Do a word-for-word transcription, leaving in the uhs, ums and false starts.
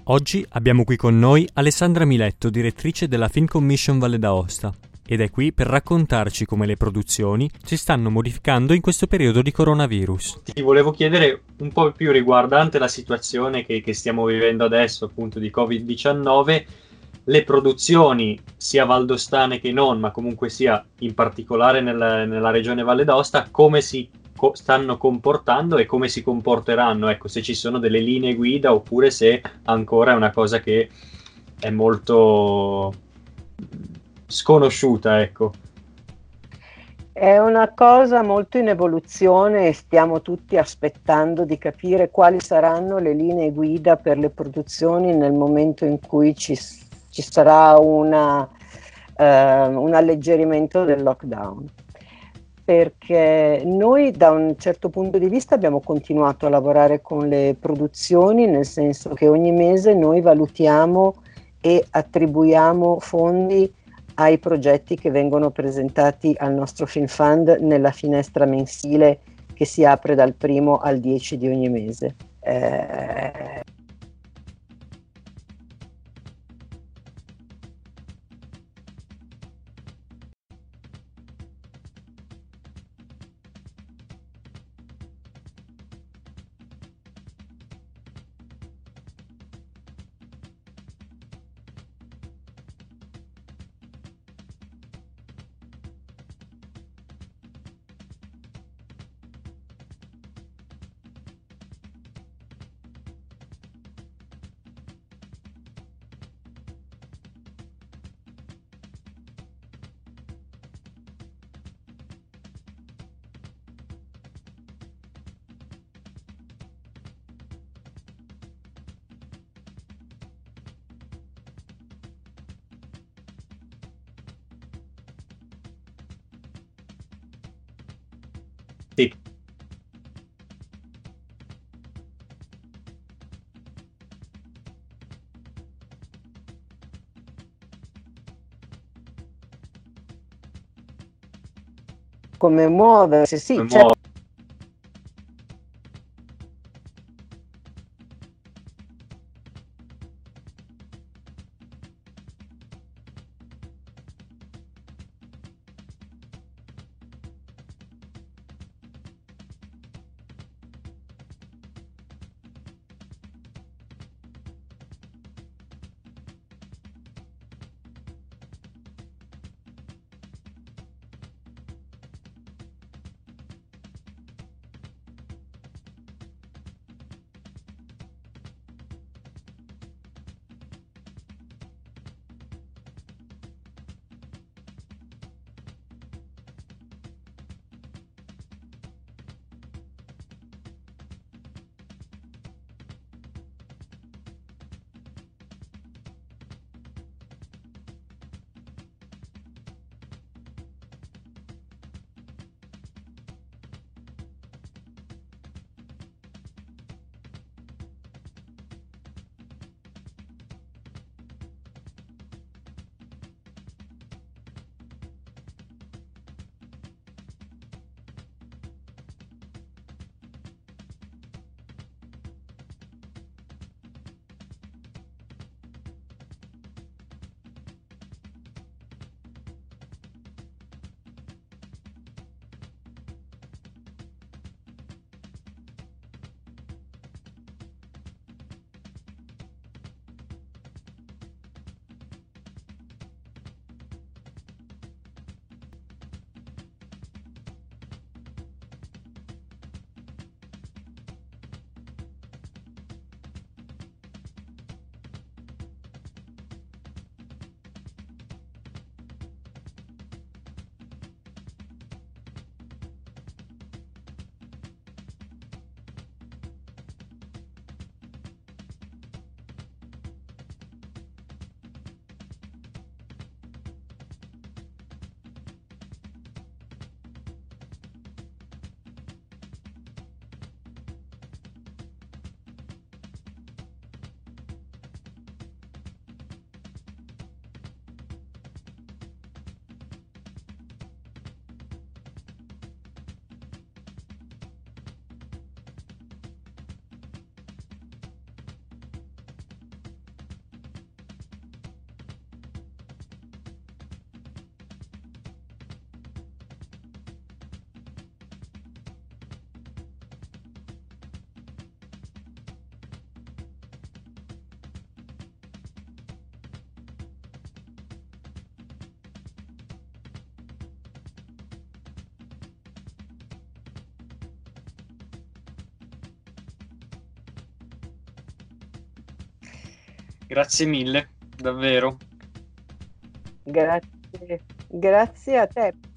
Oggi abbiamo qui con noi Alessandra Miletto, direttrice della Film Commission Valle d'Aosta, ed è qui per raccontarci come le produzioni si stanno modificando in questo periodo di coronavirus. Ti volevo chiedere un po' più riguardante la situazione che, che stiamo vivendo adesso, appunto di covid diciannove, le produzioni sia valdostane che non, ma comunque sia in particolare nella, nella regione Valle d'Aosta, come si co- stanno comportando e come si comporteranno, ecco, se ci sono delle linee guida oppure se ancora è una cosa che è molto sconosciuta, ecco. È una cosa molto in evoluzione e stiamo tutti aspettando di capire quali saranno le linee guida per le produzioni nel momento in cui ci, ci sarà una, eh, un alleggerimento del lockdown. Perché noi da un certo punto di vista abbiamo continuato a lavorare con le produzioni, nel senso che ogni mese noi valutiamo e attribuiamo fondi ai progetti che vengono presentati al nostro Film Fund nella finestra mensile che si apre dal primo al dieci di ogni mese. Eh, Sì. come muoversi, sì, Come certo. Grazie mille, davvero. Grazie, grazie a te.